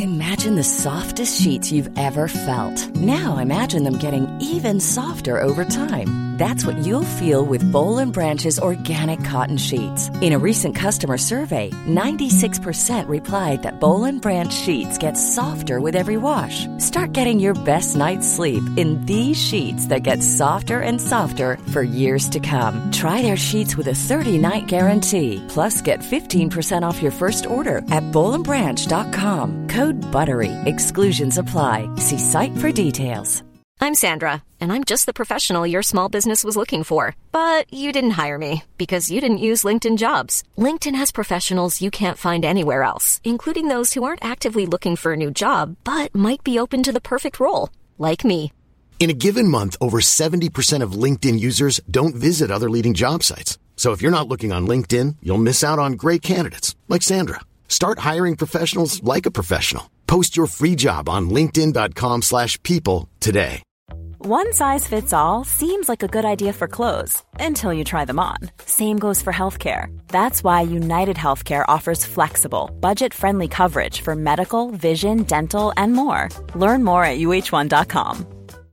Imagine the softest sheets you've ever felt. Now imagine them getting even softer over time. That's what you'll feel with Boll and Branch's organic cotton sheets. In a recent customer survey, 96% replied that Boll and Branch sheets get softer with every wash. Start getting your best night's sleep in these sheets that get softer and softer for years to come. Try their sheets with a 30-night guarantee. Plus, get 15% off your first order at bollandbranch.com. Code BUTTERY. Exclusions apply. See site for details. I'm Sandra, and I'm just the professional your small business was looking for. But you didn't hire me because you didn't use LinkedIn Jobs. LinkedIn has professionals you can't find anywhere else, including those who aren't actively looking for a new job, but might be open to the perfect role, like me. In a given month, over 70% of LinkedIn users don't visit other leading job sites. So if you're not looking on LinkedIn, you'll miss out on great candidates, like Sandra. Start hiring professionals like a professional. Post your free job on linkedin.com/people today. One size fits all seems like a good idea for clothes until you try them on. Same goes for healthcare. That's why United Healthcare offers flexible, budget-friendly coverage for medical, vision, dental, and more. Learn more at uh1.com.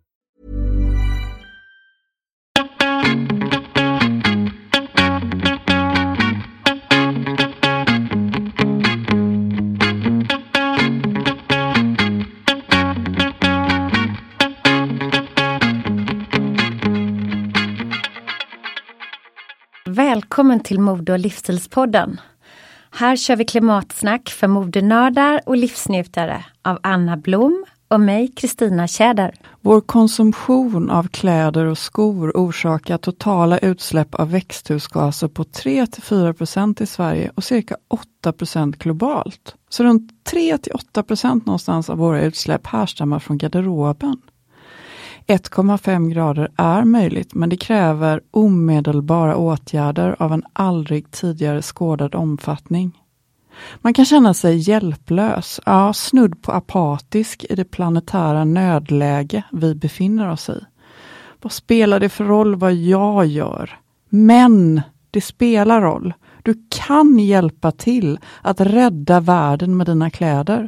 Välkommen till Mode- och livsstilspodden. Här kör vi klimatsnack för modenördar och livsnjutare av Anna Blom och mig, Kristina Tjäder. Vår konsumtion av kläder och skor orsakar totala utsläpp av växthusgaser på 3-4% i Sverige och cirka 8% globalt. Så runt 3-8% någonstans av våra utsläpp härstammar från garderoben. 1,5 grader är möjligt, men det kräver omedelbara åtgärder av en aldrig tidigare skådad omfattning. Man kan känna sig hjälplös, snudd på apatisk i det planetära nödläge vi befinner oss i. Vad spelar det för roll vad jag gör? Men det spelar roll. Du kan hjälpa till att rädda världen med dina kläder.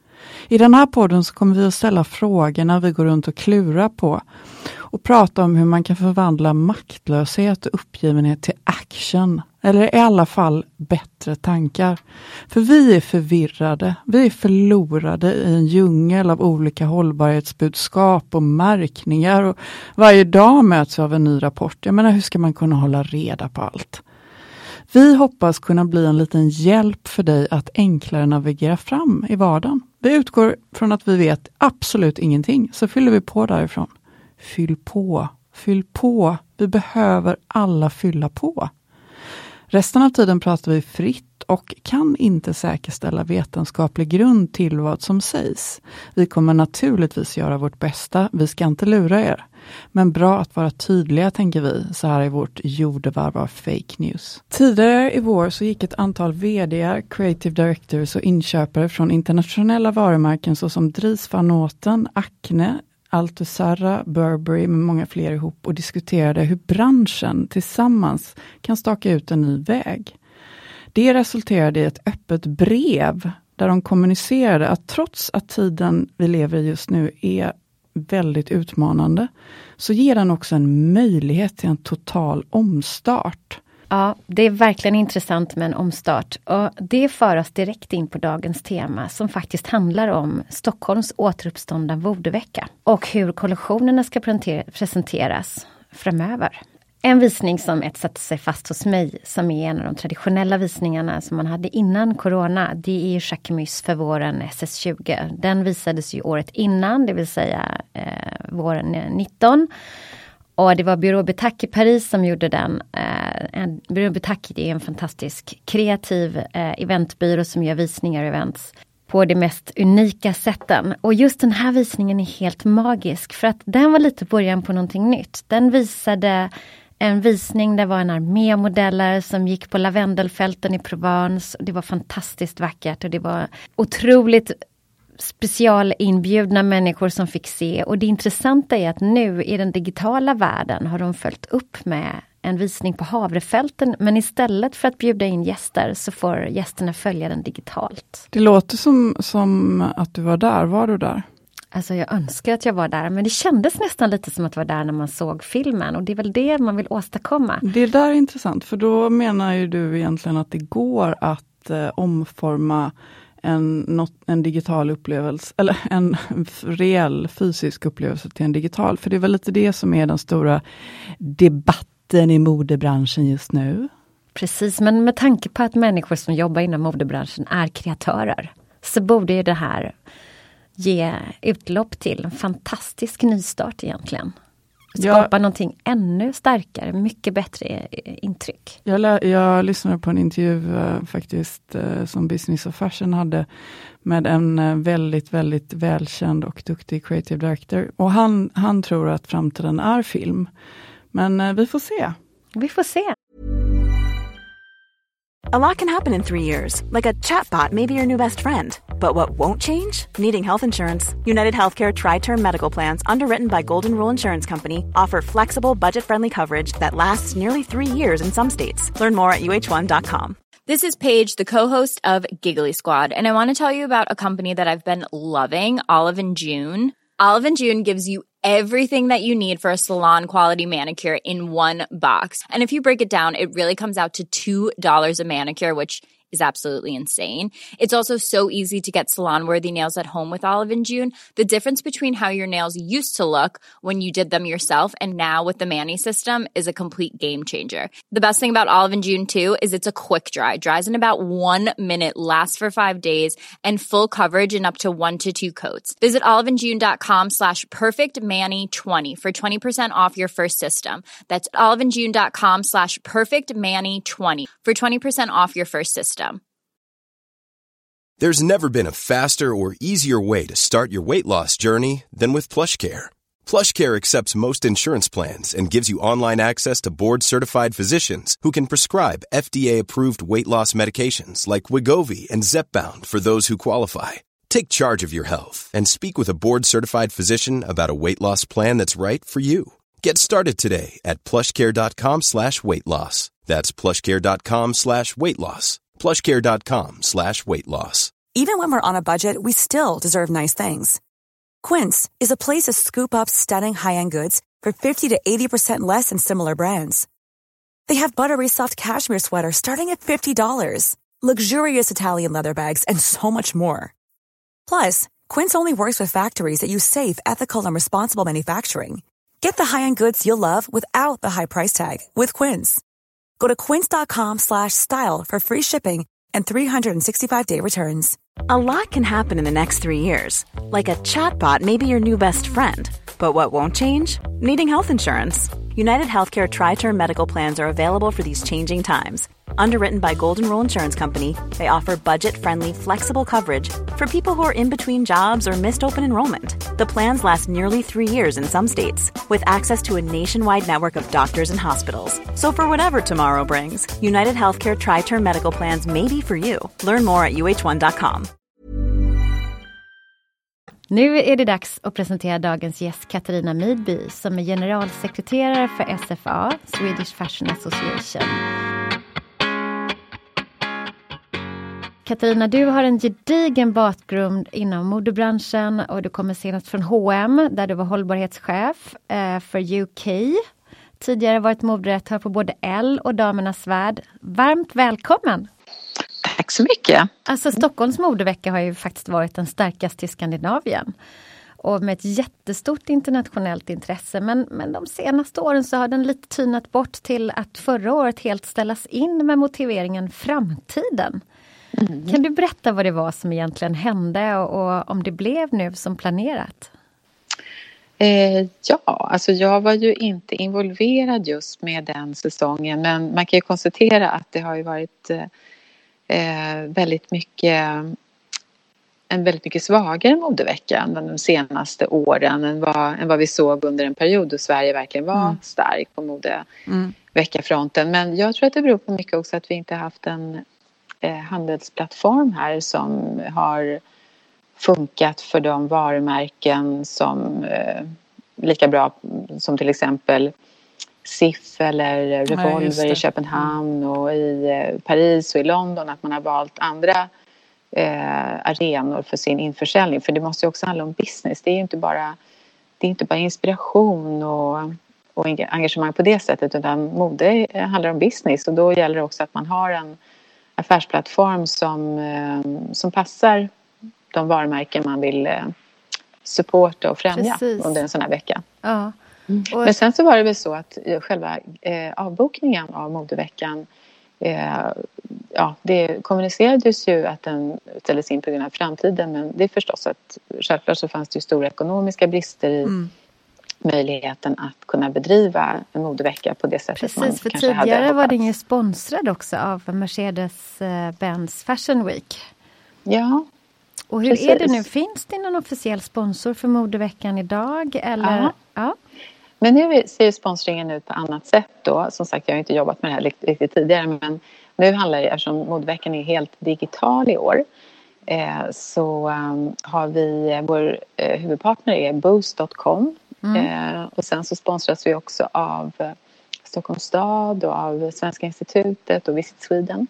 I den här podden så kommer vi att ställa frågorna vi går runt och klurar på och prata om hur man kan förvandla maktlöshet och uppgivenhet till action, eller i alla fall bättre tankar. För vi är förvirrade, vi är förlorade i en djungel av olika hållbarhetsbudskap och märkningar, och varje dag möts vi av en ny rapport. Jag menar, hur ska man kunna hålla reda på allt? Vi hoppas kunna bli en liten hjälp för dig att enklare navigera fram i vardagen. Vi utgår från att vi vet absolut ingenting, så fyller vi på därifrån. Fyll på, fyll på. Vi behöver alla fylla på. Resten av tiden pratar vi fritt och kan inte säkerställa vetenskaplig grund till vad som sägs. Vi kommer naturligtvis göra vårt bästa, vi ska inte lura er. Men bra att vara tydliga, tänker vi, så här i vårt jordevarv av fake news. Tidigare i vår så gick ett antal vd, creative directors och inköpare från internationella varumärken såsom Dries van Noten, Acne, Althusserra, Burberry med många fler ihop och diskuterade hur branschen tillsammans kan staka ut en ny väg. Det resulterade i ett öppet brev där de kommunicerade att trots att tiden vi lever i just nu är väldigt utmanande, så ger den också en möjlighet till en total omstart. Ja, det är verkligen intressant med en omstart, och det för oss direkt in på dagens tema som faktiskt handlar om Stockholms återuppståndna modevecka och hur kollektionerna ska presenteras framöver. En visning som satte sig fast hos mig, som är en av de traditionella visningarna som man hade innan corona, det är Jacquemus för våren SS20. Den visades ju året innan, det vill säga våren 19. Och det var Bureau Betac i Paris som gjorde den. Bureau Betac är en fantastisk kreativ eventbyrå som gör visningar och events på de mest unika sätten. Och just den här visningen är helt magisk, för att den var lite början på någonting nytt. Den visade en visning där var en armé av modeller som gick på lavendelfälten i Provence. Det var fantastiskt vackert och det var otroligt specialinbjudna människor som fick se. Och det intressanta är att nu i den digitala världen har de följt upp med en visning på Havrefälten, men istället för att bjuda in gäster så får gästerna följa den digitalt. Det låter som att du var där. Var du där? Alltså jag önskar att jag var där, men det kändes nästan lite som att vara där när man såg filmen, och det är väl det man vill åstadkomma. Det där är intressant, för då menar ju du egentligen att det går att omforma en digital upplevelse, eller en reell fysisk upplevelse till en digital. För det är väl lite det som är den stora debatten i modebranschen just nu. Precis, men med tanke på att människor som jobbar inom modebranschen är kreatörer, så borde ju det här ge utlopp till en fantastisk nystart egentligen. Skapa någonting ännu starkare, mycket bättre intryck. Jag lyssnade på en intervju faktiskt som Business of Fashion hade med en väldigt, väldigt välkänd och duktig creative director. Och han tror att framtiden är film. Men vi får se. Vi får se. A lot can happen in 3 years, like a chatbot may be your new best friend. But what won't change? Needing health insurance. United Healthcare Tri-Term Medical Plans, underwritten by Golden Rule Insurance Company, offer flexible, budget-friendly coverage that lasts nearly 3 years in some states. Learn more at uh1.com. This is Paige, the co-host of Giggly Squad, and I want to tell you about a company that I've been loving, Olive & June. Olive & June gives you everything that you need for a salon-quality manicure in one box. And if you break it down, it really comes out to $2 a manicure, which is absolutely insane. It's also so easy to get salon-worthy nails at home with Olive & June. The difference between how your nails used to look when you did them yourself and now with the Mani system is a complete game changer. The best thing about Olive & June too is it's a quick dry. Dries in about 1 minute, lasts for 5 days, and full coverage in up to 1 to 2 coats. Visit oliveandjune.com/perfectmani20 for 20% off your first system. That's oliveandjune.com/perfectmani20 for 20% off your first system. There's never been a faster or easier way to start your weight loss journey than with PlushCare. PlushCare accepts most insurance plans and gives you online access to board-certified physicians who can prescribe FDA-approved weight loss medications like Wegovy and Zepbound for those who qualify. Take charge of your health and speak with a board-certified physician about a weight loss plan that's right for you. Get started today at plushcare.com/weightloss. That's plushcare.com/weightloss. plushcare.com/weightloss. Even when we're on a budget, we still deserve nice things. Quince is a place to scoop up stunning high-end goods for 50 to 80% less than similar brands. They have buttery soft cashmere sweaters starting at $50, luxurious Italian leather bags, and so much more. Plus, Quince only works with factories that use safe, ethical, and responsible manufacturing. Get the high-end goods you'll love without the high price tag with Quince. Go to quince.com/style for free shipping and 365-day returns. A lot can happen in the next 3 years. Like a chatbot may be your new best friend. But what won't change? Needing health insurance. United Healthcare Tri-Term Medical Plans are available for these changing times. Underwritten by Golden Rule Insurance Company, they offer budget-friendly, flexible coverage for people who are in between jobs or missed open enrollment. The plans last nearly 3 years in some states, with access to a nationwide network of doctors and hospitals. So for whatever tomorrow brings, United Healthcare Tri-Term Medical Plans may be for you. Learn more at uh1.com. Nu är det dags att presentera dagens gäst Katarina Midby, som är generalsekreterare för SFA, Swedish Fashion Association. Katarina, du har en gedigen bakgrund inom modebranschen och du kommer senast från H&M där du var hållbarhetschef för UK. Tidigare varit moderedaktör på både Elle och Damernas Värld. Varmt välkommen! Tack så mycket! Alltså Stockholms modevecka har ju faktiskt varit den starkaste i Skandinavien. Och med ett jättestort internationellt intresse. Men de senaste åren så har den lite tynat bort till att förra året helt ställas in med motiveringen framtiden. Mm. Kan du berätta vad det var som egentligen hände och om det blev nu som planerat? Ja, alltså jag var ju inte involverad just med den säsongen. Men man kan ju konstatera att det har ju varit väldigt mycket svagare modevecka än de senaste åren än vad vi såg under en period då Sverige verkligen var stark på modeveckafronten. Men jag tror att det beror på mycket också att vi inte haft en handelsplattform här som har funkat för de varumärken som lika bra som till exempel SIF eller Revolver i Köpenhamn och i Paris och i London, att man har valt andra arenor för sin införsäljning. För det måste ju också handla om business. Det är inte bara inspiration och engagemang på det sättet, utan mode handlar om business, och då gäller det också att man har en affärsplattform som passar de varumärken man vill supporta och främja under en sån här vecka. Ja. Men sen så var det väl så att själva avbokningen av modeveckan, det kommunicerades ju att den ställdes in på grund av framtiden, men det är förstås att självklart så fanns det ju stora ekonomiska brister i möjligheten att kunna bedriva en modevecka på det sättet. Precis, man för kanske hade tidigare hoppats. var den ju sponsrad också av Mercedes-Benz Fashion Week. Ja. Och hur är det nu? Finns det någon officiell sponsor för modeveckan idag? Eller? Ja. Men nu ser sponsringen ut på annat sätt då. Som sagt, jag har inte jobbat med det här riktigt tidigare, men nu handlar det, eftersom modeveckan är helt digital i år, så har vi, vår huvudpartner är Boost.com. Och sen så sponsras vi också av Stockholms stad och av Svenska institutet och Visit Sweden.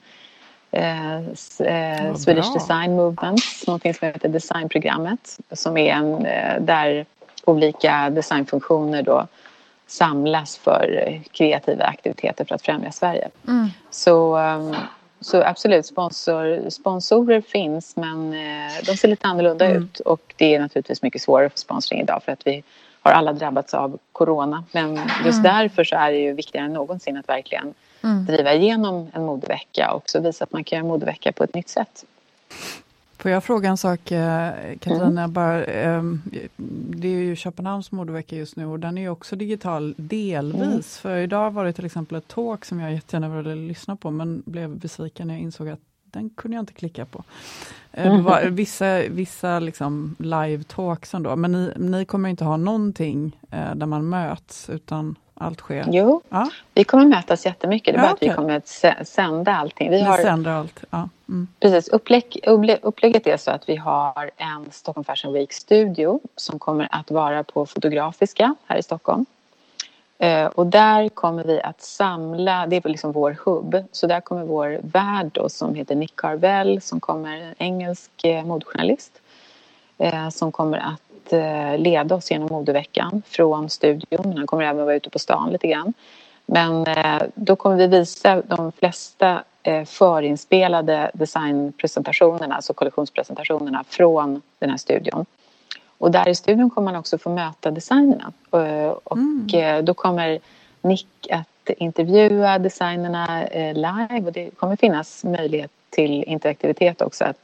Swedish Design Movement, någonting som heter Designprogrammet, som är där olika designfunktioner då samlas för kreativa aktiviteter för att främja Sverige. Så absolut, sponsorer finns, men de ser lite annorlunda ut, och det är naturligtvis mycket svårare för sponsring idag för att vi har alla drabbats av corona, men just därför så är det ju viktigare än någonsin att verkligen driva igenom en modevecka och också visa att man kan göra en modevecka på ett nytt sätt. Får jag fråga en sak, Katarina? Det är ju Köpenhamns modevecka just nu, och den är ju också digital delvis. För idag var det till exempel ett talk som jag jättegärna ville lyssna på, men blev besviken när jag insåg att den kunde jag inte klicka på. Det var vissa liksom live-talks ändå, men ni kommer inte ha någonting där man möts, utan allt sker. Jo, vi kommer mötas jättemycket. Det är bara att vi kommer att sända allting. Vi sänder allt, Precis, upplägget är så att vi har en Stockholm Fashion Week-studio som kommer att vara på Fotografiska här i Stockholm. Och där kommer vi att samla, det är liksom vår hubb, så där kommer vår värd då, som heter Nick Carvel, som kommer, en engelsk modejournalist, som kommer att leda oss genom modeveckan från studion, men han kommer även vara ute på stan lite grann. Men då kommer vi visa de flesta förinspelade designpresentationerna, alltså kollektionspresentationerna från den här studion. Och där i studion kommer man också få möta designerna. Och då kommer Nick att intervjua designerna live, och det kommer finnas möjlighet till interaktivitet också, att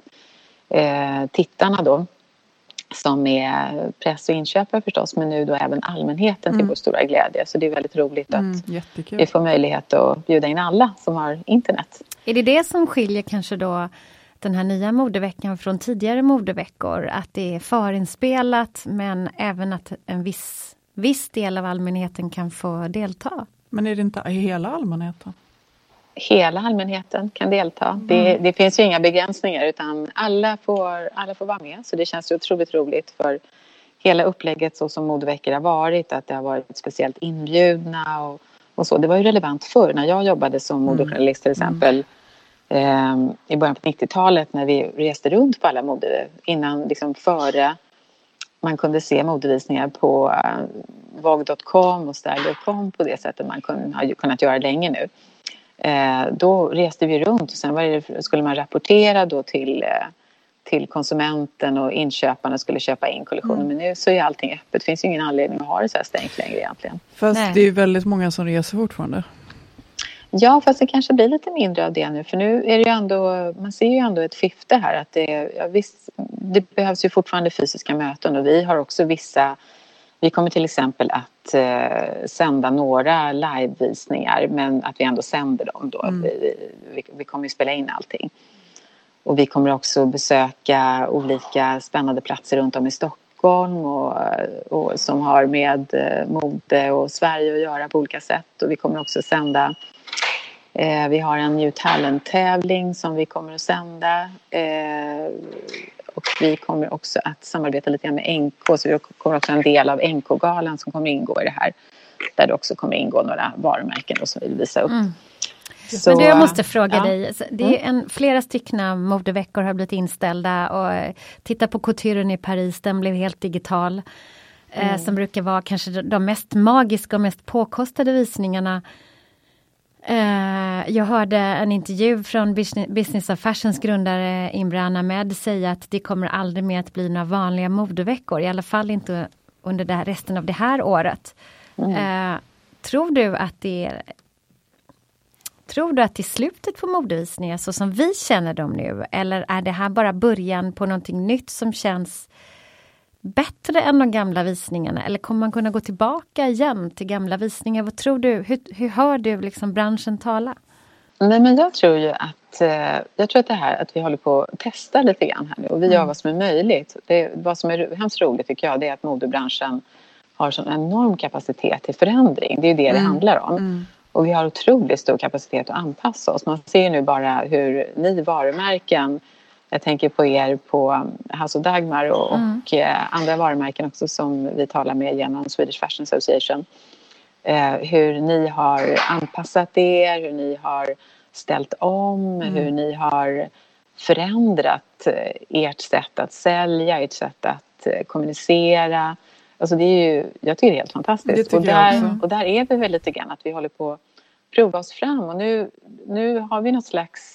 tittarna då, som är press och inköpare förstås, men nu då även allmänheten till vår stora glädje. Så det är väldigt roligt att vi får möjlighet att bjuda in alla som har internet. Är det som skiljer kanske då den här nya modeveckan från tidigare modeveckor? Att det är förinspelat, men även att en viss del av allmänheten kan få delta? Men är det inte hela allmänheten? Hela allmänheten kan delta. Det finns ju inga begränsningar, utan alla får vara med. Så det känns ju otroligt roligt för hela upplägget så som modeveckor har varit. Att det har varit speciellt inbjudna och så. Det var ju relevant förr när jag jobbade som modejournalist till exempel. I början på 90-talet när vi reste runt på alla innan liksom före man kunde se modevisningar på Vogue.com och Style.com på det sättet man har kunnat göra länge nu. Då reste vi runt och sen skulle man rapportera då till konsumenten, och inköparna skulle köpa in kollektionen. Men nu så är allting öppet. Det finns ju ingen anledning att ha det så här stängt längre egentligen. Fast det är ju väldigt många som reser fortfarande. Ja, fast det kanske blir lite mindre av det nu. För nu är det ju ändå, man ser ju ändå ett skifte här. Att det behövs ju fortfarande fysiska möten, och vi har också vi kommer till exempel att sända några livevisningar, men att vi ändå sänder dem då. Vi kommer ju spela in allting. Och vi kommer också besöka olika spännande platser runt om i Stockholm och som har med mode och Sverige att göra på olika sätt. Och vi kommer också sända, vi har en New Talent-tävling som vi kommer att sända. Och vi kommer också att samarbeta lite grann med NK, så vi kommer också en del av NK-galan som kommer ingå i det här. där det också kommer ingå några varumärken då, som vi vill visa upp. Så, men du, jag måste fråga dig. Det är flera stycken modeveckor har blivit inställda och titta på Couturen i Paris, den blev helt digital. Som brukar vara kanske de mest magiska och mest påkostade visningarna. Jag hörde en intervju från Business of Fashions grundare Imran Ahmed säga att det kommer aldrig mer att bli några vanliga modeveckor. I alla fall inte under resten av det här året. Tror du att det är slutet på modevisningar så som vi känner dem nu? Eller är det här bara början på någonting nytt som känns bättre än de gamla visningarna? Eller kommer man kunna gå tillbaka igen till gamla visningar? Vad tror du? Hur hör du liksom branschen tala? Nej, men jag tror ju att det här att vi håller på att testa lite grann här nu. Och vi gör vad som är möjligt. Vad som är hemskt roligt tycker jag, det är att modebranschen har sån enorm kapacitet till förändring. Det är ju det handlar om. Och vi har otroligt stor kapacitet att anpassa oss. Man ser nu bara hur ni varumärken, jag tänker på er på House of Dagmar och andra varumärken också som vi talar med genom Swedish Fashion Association. Hur ni har anpassat er, hur ni har ställt om, hur ni har förändrat ert sätt att sälja, ert sätt att kommunicera. Alltså det är ju, jag tycker det är helt fantastiskt. Och där är vi väl lite grann att vi håller på att prova oss fram. Och nu har vi något slags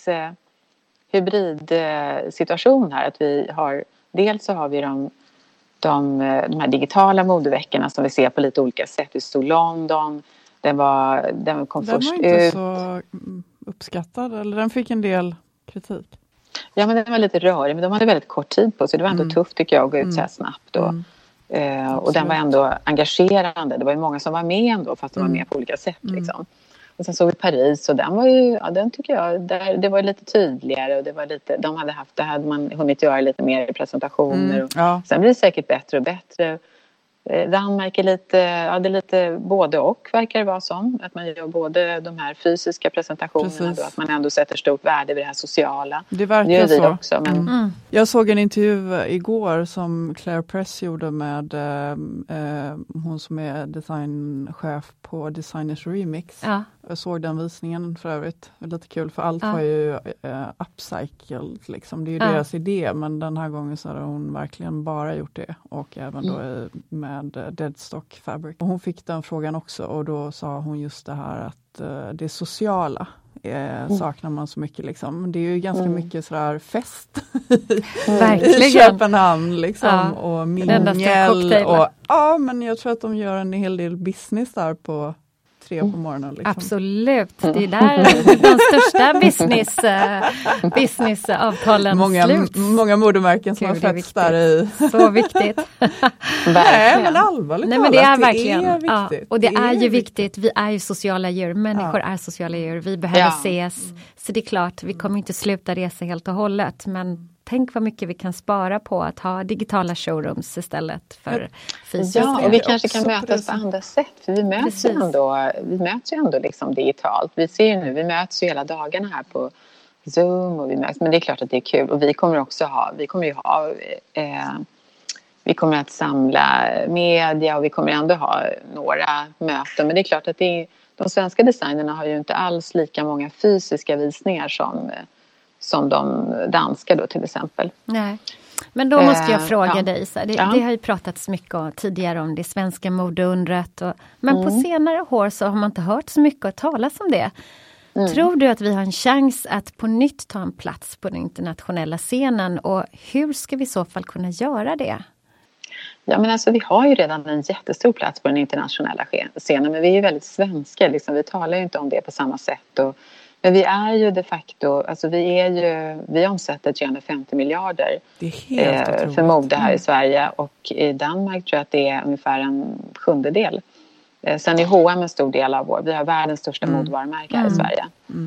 hybridsituation här. Att vi har, dels så har vi de här digitala modeveckorna som vi ser på lite olika sätt. Vi stod London, den kom först ut. Den var inte så uppskattad, eller den fick en del kritik. Ja, men den var lite rörig, men de hade väldigt kort tid på sig. Det var ändå tufft tycker jag att gå ut så här snabbt. Och den var ändå engagerande. Det var ju många som var med ändå, fast de var med på olika sätt liksom. Och sen såg vi Paris och den var ju, den tycker jag, det var lite tydligare och det var lite, där hade man hunnit göra lite mer presentationer och sen blir det säkert bättre och bättre. Danmark är lite, det är lite både och verkar det vara som. Att man gör både de här fysiska presentationerna och att man ändå sätter stort värde vid det här sociala. Det verkar det gör vi så. Också, men... Jag såg en intervju igår som Claire Press gjorde med hon som är designchef på Designers Remix. Ja. Jag såg den visningen för övrigt. Det var lite kul för allt var ju upcycled liksom. Det är ju deras idé, men den här gången så har hon verkligen bara gjort det och även då med deadstock fabric. Och hon fick den frågan också och då sa hon just det här att det sociala saknar man så mycket liksom. Det är ju ganska mycket sådär fest i Köpenhamn liksom och mingel och men jag tror att de gör en hel del business där på 3 på morgonen. Liksom. Absolut, det är där de största businessavtalen slut. Många modemärken som har fötts där i. Så viktigt. Nej, men allvarligt. Nej, men det är verkligen det är viktigt. Ja, och det är ju viktigt. Vi är ju sociala djur. Människor är sociala djur. Vi behöver ses. Så det är klart, vi kommer inte sluta resa helt och hållet. Men tänk vad mycket vi kan spara på att ha digitala showrooms istället för fysiska. Ja, och vi kanske kan mötas på andra sätt. För vi möts ju ändå liksom digitalt. Vi ser ju nu, vi möts ju hela dagarna här på Zoom och vi möts. Men det är klart att det är kul. Och vi kommer att samla media och vi kommer ändå ha några möten. Men det är klart att de svenska designerna har ju inte alls lika många fysiska visningar som de danska då till exempel. Nej. Men då måste jag fråga dig, så det har ju pratats mycket tidigare om det svenska modeundret. Men på senare år så har man inte hört så mycket att talas om det. Tror du att vi har en chans att på nytt ta en plats på den internationella scenen och hur ska vi i så fall kunna göra det? Ja, men alltså vi har ju redan en jättestor plats på den internationella scenen, men vi är ju väldigt svenska liksom. Vi talar ju inte om det på samma sätt men vi är ju de facto, alltså vi omsätter 350 miljarder för mode här i Sverige och i Danmark tror jag att det är ungefär en 1/7. Sen är H&M en stor del av vi har världens största modevarumärke här i Sverige.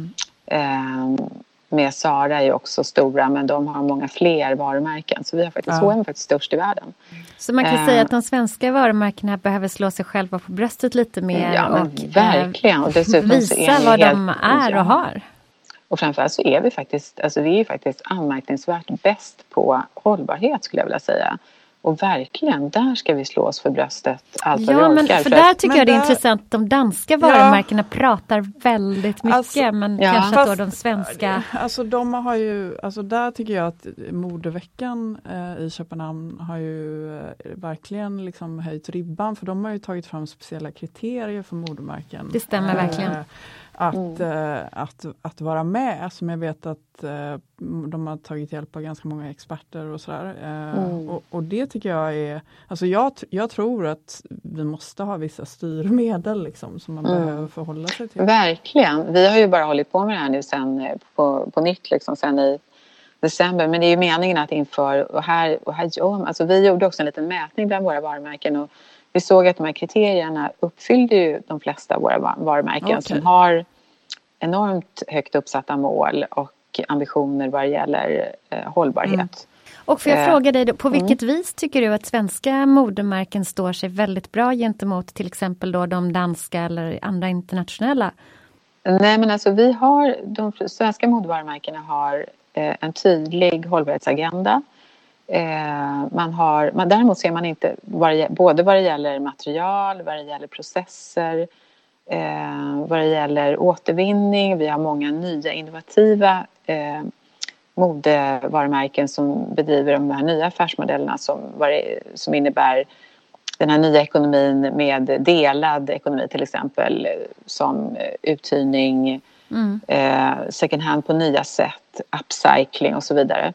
Med Zara är ju också stora, men de har många fler varumärken. Så vi har faktiskt H&M är faktiskt störst i världen. Så man kan säga att de svenska varumärkena behöver slå sig själva på bröstet lite mer. Ja, men verkligen. Och dessutom visa vad de är och har. Och framförallt så är vi är ju faktiskt anmärkningsvärt bäst på hållbarhet skulle jag vilja säga. Och verkligen, där ska vi slå oss för bröstet allt vad vi men orkar. för där tycker jag det är intressant. De danska varumärkena pratar väldigt mycket, men kanske då de svenska... Alltså de har ju, där tycker jag att modeveckan i Köpenhamn har ju verkligen liksom höjt ribban, för de har ju tagit fram speciella kriterier för modemärken. Det stämmer verkligen. Att vara med, som jag vet att de har tagit hjälp av ganska många experter och sådär. Och det tycker jag är, alltså jag tror att vi måste ha vissa styrmedel liksom, som man behöver förhålla sig till. Verkligen. Vi har ju bara hållit på med det här nu sen på nytt liksom, sen i december, men det är ju meningen att inför alltså vi gjorde också en liten mätning bland våra varumärken, och vi såg att de här kriterierna uppfyllde ju de flesta av våra varumärken som har enormt högt uppsatta mål och ambitioner vad gäller hållbarhet. Och får jag fråga dig då, på vilket vis tycker du att svenska modemärken står sig väldigt bra gentemot till exempel då de danska eller andra internationella? Nej, men alltså de svenska modevarumärkena har en tydlig hållbarhetsagenda. Däremot ser man inte både vad det gäller material, vad det gäller processer, vad det gäller återvinning. Vi har många nya innovativa modevarumärken som bedriver de här nya affärsmodellerna som innebär den här nya ekonomin med delad ekonomi, till exempel som uthyrning, second hand på nya sätt, upcycling och så vidare.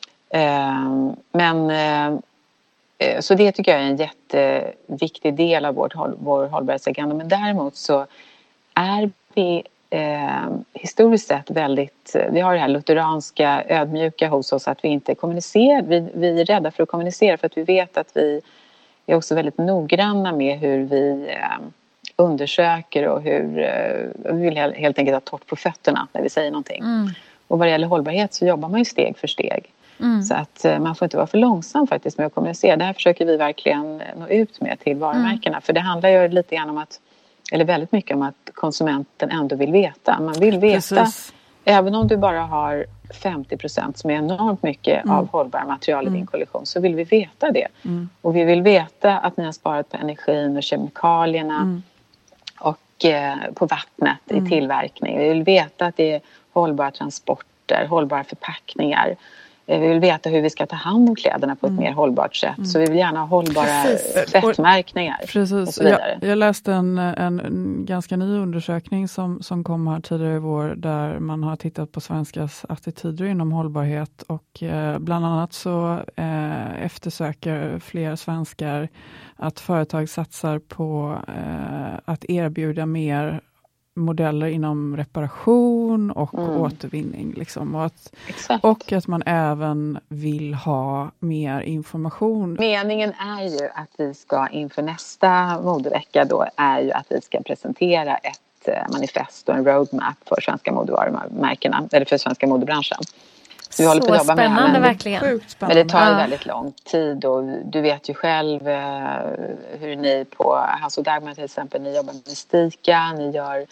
Så det tycker jag är en jätteviktig del av vår hållbarhetsagenda. Men däremot så är vi historiskt sett vi har det här lutheranska ödmjuka hos oss, att vi inte kommunicerar. Vi är rädda för att kommunicera, för att vi vet att vi är också väldigt noggranna med hur vi undersöker och hur vi vill helt enkelt ha torrt på fötterna när vi säger någonting. Och vad det gäller hållbarhet så jobbar man ju steg för steg. Så att man får inte vara för långsam faktiskt med att kommunicera. Det här försöker vi verkligen nå ut med till varumärkena. För det handlar ju lite grann om väldigt mycket om att konsumenten ändå vill veta. Man vill veta, precis. Även om du bara har 50% som är enormt mycket av hållbara material i din kollektion, så vill vi veta det. Och vi vill veta att ni har sparat på energin och kemikalierna och på vattnet i tillverkning. Vi vill veta att det är hållbara transporter, hållbara förpackningar. Vi vill veta hur vi ska ta hand om kläderna på ett mer hållbart sätt. Så vi vill gärna ha hållbara tvättmärkningar. Precis. Och så vidare. Jag läste en ganska ny undersökning som kom här tidigare i vår, där man har tittat på svenskas attityder inom hållbarhet. Och bland annat så eftersöker fler svenskar att företag satsar på att erbjuda mer modeller inom reparation och återvinning. Liksom. Och att man även vill ha mer information. Meningen är ju att vi ska inför nästa modevecka då är ju att vi ska presentera ett manifest och en roadmap för svenska modevarumärkena, eller för svenska modebranschen. Så vi håller på att jobba med det här, verkligen. Men det tar ju väldigt lång tid, och du vet ju själv hur ni på House of Dagmar till exempel, ni jobbar med Stika, ni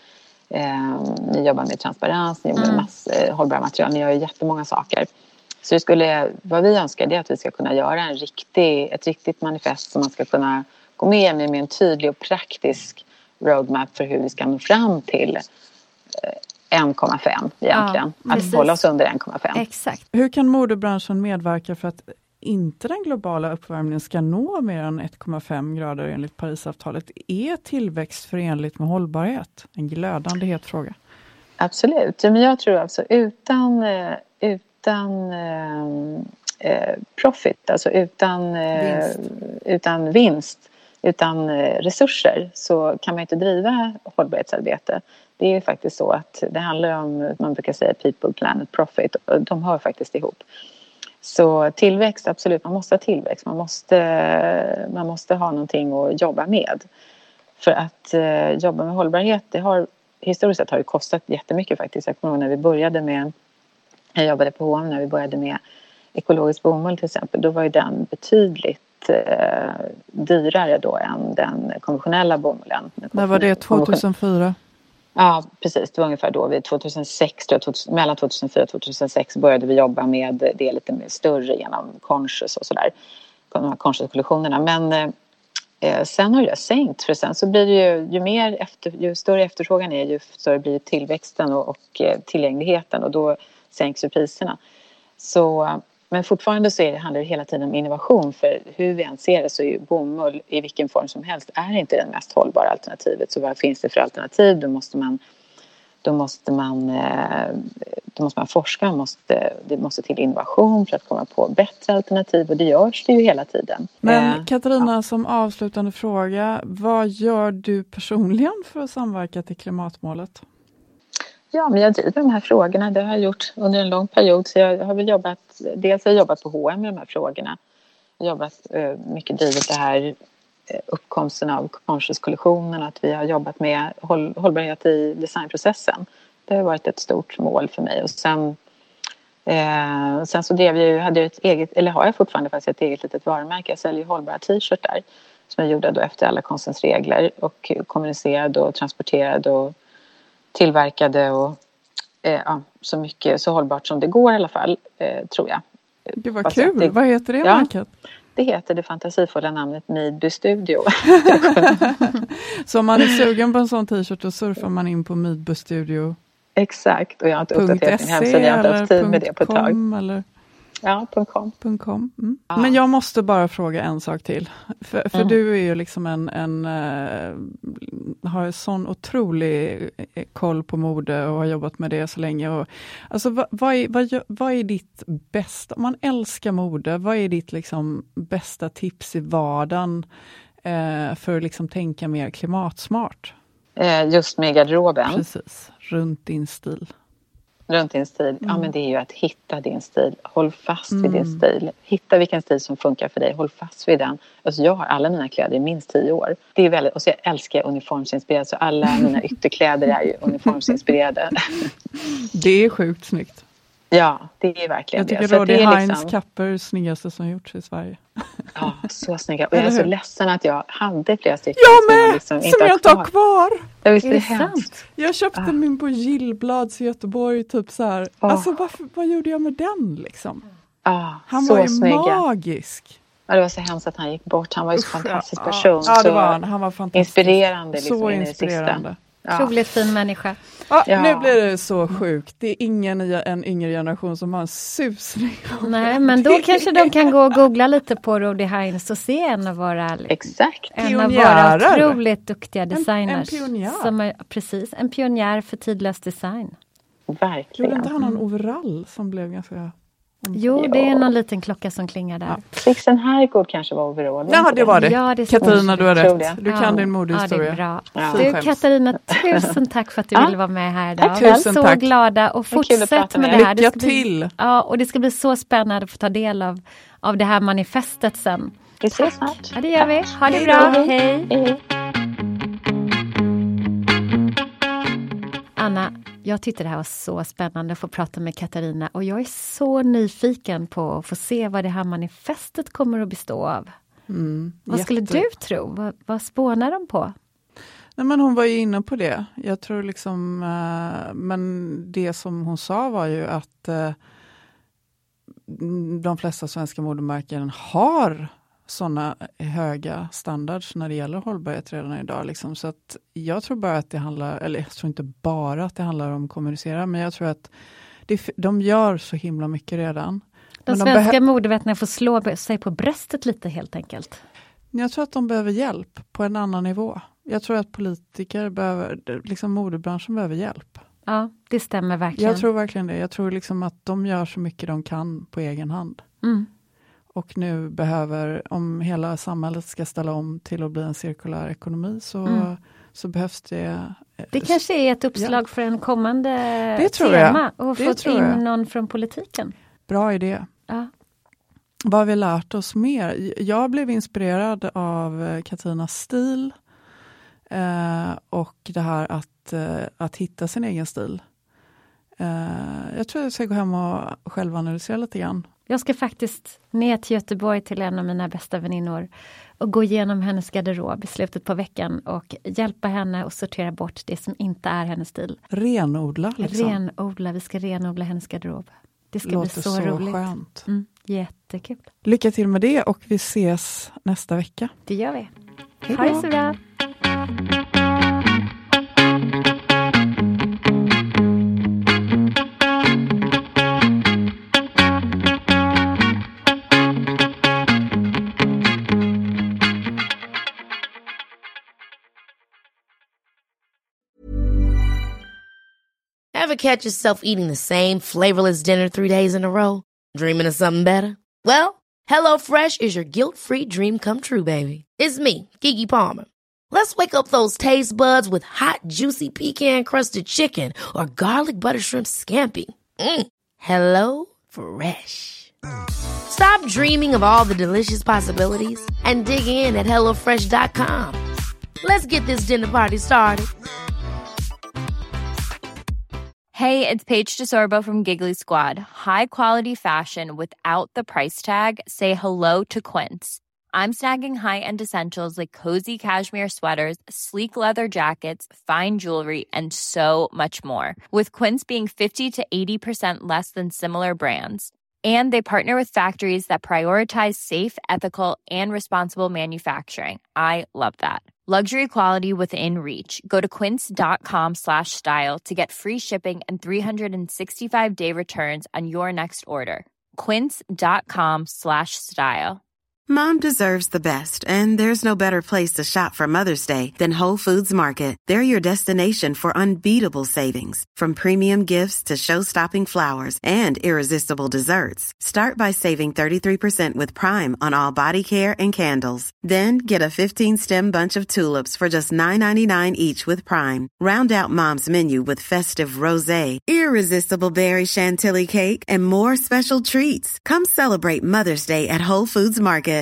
jobbar med transparens, ni jobbar med hållbara material, ni gör ju jättemånga saker. Så vad vi önskar är att vi ska kunna göra ett riktigt manifest som man ska kunna gå med en tydlig och praktisk roadmap för hur vi ska nå fram till 1,5 egentligen. Att hålla oss under 1,5. Exakt. Hur kan modebranschen medverka för att inte den globala uppvärmningen ska nå mer än 1,5 grader enligt Parisavtalet? Är tillväxt förenligt med hållbarhet? En glödande het fråga. Absolut. Men jag tror alltså utan profit, alltså utan vinst, utan resurser, så kan man inte driva hållbarhetsarbete. Det är ju faktiskt så att det handlar om, man brukar säga people, planet, profit, och de hör faktiskt ihop. Så tillväxt, absolut, man måste ha tillväxt. Man måste ha någonting att jobba med. För att jobba med hållbarhet, historiskt sett har det kostat jättemycket faktiskt. Jag kommer ihåg när jag jobbade på H&M när vi började med ekologisk bomull till exempel. Då var ju den betydligt dyrare då än den konventionella bomullen. När var det? 2004? Ja, precis. Det var ungefär då. Mellan 2004 och 2006 började vi jobba med det lite mer större genom Conscious och sådär. de här konsumtionskollektionerna. Men sen har det sänkt, för sen så blir det ju större efterfrågan är, ju större blir tillväxten och tillgängligheten, och då sänks ju priserna. Så, men fortfarande så handlar det hela tiden om innovation, för hur vi än ser det så är ju bomull i vilken form som helst är inte det mest hållbara alternativet. Så vad finns det för alternativ? Då måste man forska, det måste till innovation för att komma på bättre alternativ, och det görs det ju hela tiden. Men Katarina, som avslutande fråga, vad gör du personligen för att samverka till klimatmålet? Ja, men jag driver de här frågorna, det har jag gjort under en lång period, så jag har väl jobbat på H&M med de här frågorna. Jag har jobbat mycket drivit det här uppkomsten av konsumtionskollektionen, att vi har jobbat med hållbarhet i designprocessen. Det har varit ett stort mål för mig. Och sen så har jag fortfarande faktiskt ett eget litet varumärke. Jag säljer hållbara t-shirtar som är gjorda då efter alla konstens regler och kommunicerade och transporterade och tillverkade och så hållbart som det går i alla fall, tror jag. Det var kul. Vad heter det märket? Det heter det fantasifulla namnet Midby Studio. Så om man är sugen på en sån t-shirt, då surfar man in på Midby Studio. Exakt, och jag har inte uppdaterat min hemsida, jag har inte haft tid med det på ett tag. Eller? Ja, .com. Mm. Ja. Men jag måste bara fråga en sak till. För du är ju liksom har sån otrolig koll på mode och har jobbat med det så länge. Och, alltså, vad är ditt bästa, om man älskar mode, vad är ditt liksom bästa tips i vardagen för att liksom tänka mer klimatsmart? Just med garderoben. Precis, runt din stil. Ja, men det är ju att hitta din stil. Håll fast vid din stil. Hitta vilken stil som funkar för dig. Håll fast vid den. Alltså jag har alla mina kläder i minst 10 år. Det är väldigt, och så jag älskar uniformsinspirerade. Så alla mina ytterkläder är ju uniformsinspirerade. Det är sjukt snyggt. Ja, det är verkligen det. Jag tycker det är Heinz kapper snyggaste som gjorts i Sverige. Ja, så snygga. Och jag är så ledsen att jag hade flera stycken som jag inte har kvar. Ja, visst är det hemskt. Jag köpte min på Gillblads i Göteborg, typ så här. Alltså vad gjorde jag med den liksom? Han var ju magisk. Ja, det var så hemskt att han gick bort. Han var ju så fantastisk person. Ja, det var han. Han var fantastisk. Inspirerande. Liksom, så inspirerande. Otroligt fin människa. Nu blir det så sjukt. Det är ingen i en yngre generation som har en susning. Nej, men då kanske de kan gå och googla lite på Rudi Heinz och se en av våra otroligt duktiga designers. En pionjär. Precis, en pionjär för tidlös design. Verkligen. Gjorde inte han någon overall som blev ganska... Jo, det är någon liten klocka som klingar där. Sixten Herrgård kanske var overall. Ja, det var det. Ja, det Katarina, du har rätt. Du kan din modehistoria. Ja, det är bra. Du, Katarina, tusen tack för att du ville vara med här idag. Tusen så tack. Glada och fortsätt med det här. Lycka till! Och det ska bli så spännande att få ta del av det här manifestet sen. Vi ses snart. Ja, det gör vi. Ha det bra. Hej. Anna, jag tyckte det här var så spännande att få prata med Katarina, och jag är så nyfiken på att få se vad det här manifestet kommer att bestå av. Vad skulle du tro? Vad spånar de på? Nej, men hon var ju inne på det. Jag tror liksom, men det som hon sa var ju att de flesta svenska modemärken har sådana höga standards när det gäller hållbarhet redan idag. Liksom. Så att jag tror bara att det handlar, eller jag tror inte bara att det handlar om att kommunicera, men jag tror att de gör så himla mycket redan. De svenska modevetarna får slå sig på bröstet lite helt enkelt. Jag tror att de behöver hjälp på en annan nivå. Jag tror att politiker behöver, liksom modebranschen behöver hjälp. Ja, det stämmer verkligen. Jag tror verkligen det. Jag tror liksom att de gör så mycket de kan på egen hand. Och nu behöver, om hela samhället ska ställa om till att bli en cirkulär ekonomi, så behövs det... Det kanske är ett uppslag för en kommande tema. Och fått in någon från politiken. Bra idé. Ja. Vad har vi lärt oss mer? Jag blev inspirerad av Katarinas stil. Och det här att hitta sin egen stil. Jag tror jag ska gå hem och självanalysera lite grann. Jag ska faktiskt ner till Göteborg till en av mina bästa väninnor och gå igenom hennes garderob i slutet på veckan och hjälpa henne att sortera bort det som inte är hennes stil. Renodla liksom. Vi ska renodla hennes garderob. Det ska låter bli så roligt. Skönt. Jättekul. Lycka till med det och vi ses nästa vecka. Det gör vi. Hej då. Ha det så bra. Ever catch yourself eating the same flavorless dinner 3 days in a row? Dreaming of something better? Well, HelloFresh is your guilt-free dream come true, baby. It's me, Keke Palmer. Let's wake up those taste buds with hot, juicy pecan-crusted chicken or garlic butter shrimp scampi. Hello Fresh. Stop dreaming of all the delicious possibilities and dig in at HelloFresh.com. Let's get this dinner party started. Hey, it's Paige DeSorbo from Giggly Squad. High quality fashion without the price tag. Say hello to Quince. I'm snagging high-end essentials like cozy cashmere sweaters, sleek leather jackets, fine jewelry, and so much more. With Quince being 50 to 80% less than similar brands. And they partner with factories that prioritize safe, ethical, and responsible manufacturing. I love that. Luxury quality within reach. Go to quince.com/style to get free shipping and 365-day returns on your next order. Quince.com/style. Mom deserves the best, and there's no better place to shop for Mother's Day than Whole Foods Market. They're your destination for unbeatable savings, from premium gifts to show-stopping flowers and irresistible desserts. Start by saving 33% with Prime on all body care and candles. Then get a 15-stem bunch of tulips for just $9.99 each with Prime. Round out Mom's menu with festive rosé, irresistible berry chantilly cake, and more special treats. Come celebrate Mother's Day at Whole Foods Market.